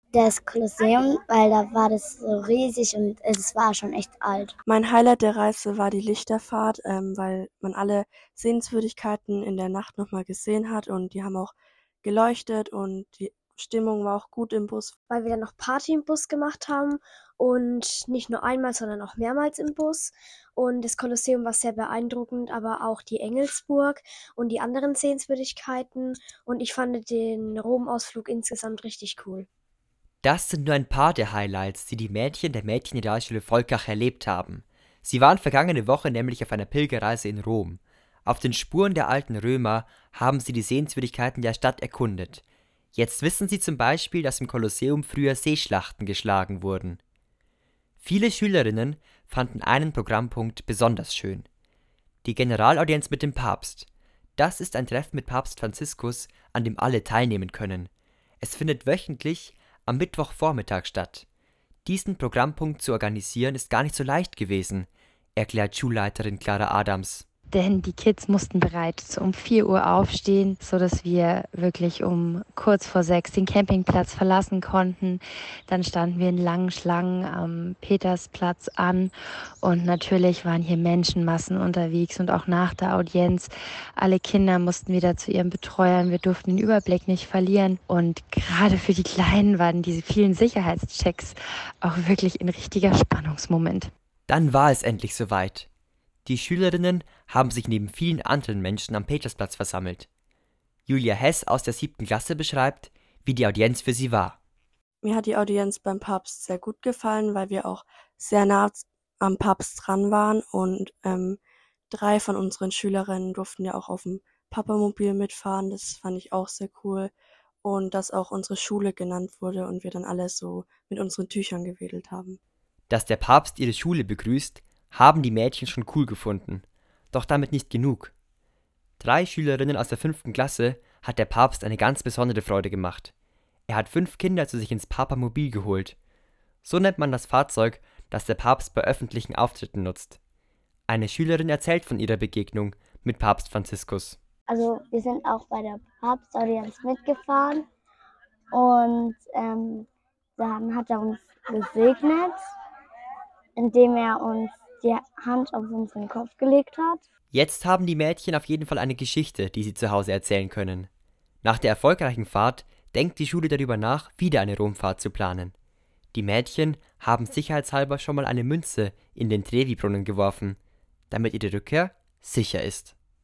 Das Kolosseum, weil da war das so riesig und es war schon echt alt. Mein Highlight der Reise war die Lichterfahrt, weil man alle Sehenswürdigkeiten in der Nacht nochmal gesehen hat und die haben auch geleuchtet und die Stimmung war auch gut im Bus. Weil wir dann noch Party im Bus gemacht haben und nicht nur einmal, sondern auch mehrmals im Bus. Und das Kolosseum war sehr beeindruckend, aber auch die Engelsburg und die anderen Sehenswürdigkeiten. Und ich fand den Rom-Ausflug insgesamt richtig cool. Das sind nur ein paar der Highlights, die die Mädchen der Mädchenrealschule Volkach erlebt haben. Sie waren vergangene Woche nämlich auf einer Pilgerreise in Rom. Auf den Spuren der alten Römer haben sie die Sehenswürdigkeiten der Stadt erkundet. Jetzt wissen sie zum Beispiel, dass im Kolosseum früher Seeschlachten geschlagen wurden. Viele Schülerinnen fanden einen Programmpunkt besonders schön: die Generalaudienz mit dem Papst. Das ist ein Treffen mit Papst Franziskus, an dem alle teilnehmen können. Es findet wöchentlich am Mittwochvormittag statt. Diesen Programmpunkt zu organisieren ist gar nicht so leicht gewesen, erklärt Schulleiterin Clara Adams. Denn die Kids mussten bereits um 4 Uhr aufstehen, sodass wir wirklich um kurz vor 6 den Campingplatz verlassen konnten. Dann standen wir in langen Schlangen am Petersplatz an und natürlich waren hier Menschenmassen unterwegs und auch nach der Audienz. Alle Kinder mussten wieder zu ihren Betreuern, wir durften den Überblick nicht verlieren und gerade für die Kleinen waren diese vielen Sicherheitschecks auch wirklich ein richtiger Spannungsmoment. Dann war es endlich soweit. Die Schülerinnen haben sich neben vielen anderen Menschen am Petersplatz versammelt. Julia Hess aus der 7. Klasse beschreibt, wie die Audienz für sie war. Mir hat die Audienz beim Papst sehr gut gefallen, weil wir auch sehr nah am Papst dran waren und 3 von unseren Schülerinnen durften ja auch auf dem Papamobil mitfahren. Das fand ich auch sehr cool. Und dass auch unsere Schule genannt wurde und wir dann alle so mit unseren Tüchern gewedelt haben. Dass der Papst ihre Schule begrüßt, haben die Mädchen schon cool gefunden. Doch damit nicht genug. 3 Schülerinnen aus der 5. Klasse hat der Papst eine ganz besondere Freude gemacht. Er hat 5 Kinder zu sich ins Papamobil geholt. So nennt man das Fahrzeug, das der Papst bei öffentlichen Auftritten nutzt. Eine Schülerin erzählt von ihrer Begegnung mit Papst Franziskus. Also wir sind auch bei der Papstaudienz mitgefahren und dann hat er uns gesegnet, indem er uns die Hand auf unseren Kopf gelegt hat. Jetzt haben die Mädchen auf jeden Fall eine Geschichte, die sie zu Hause erzählen können. Nach der erfolgreichen Fahrt denkt die Schule darüber nach, wieder eine Romfahrt zu planen. Die Mädchen haben sicherheitshalber schon mal eine Münze in den Trevi-Brunnen geworfen, damit ihre Rückkehr sicher ist.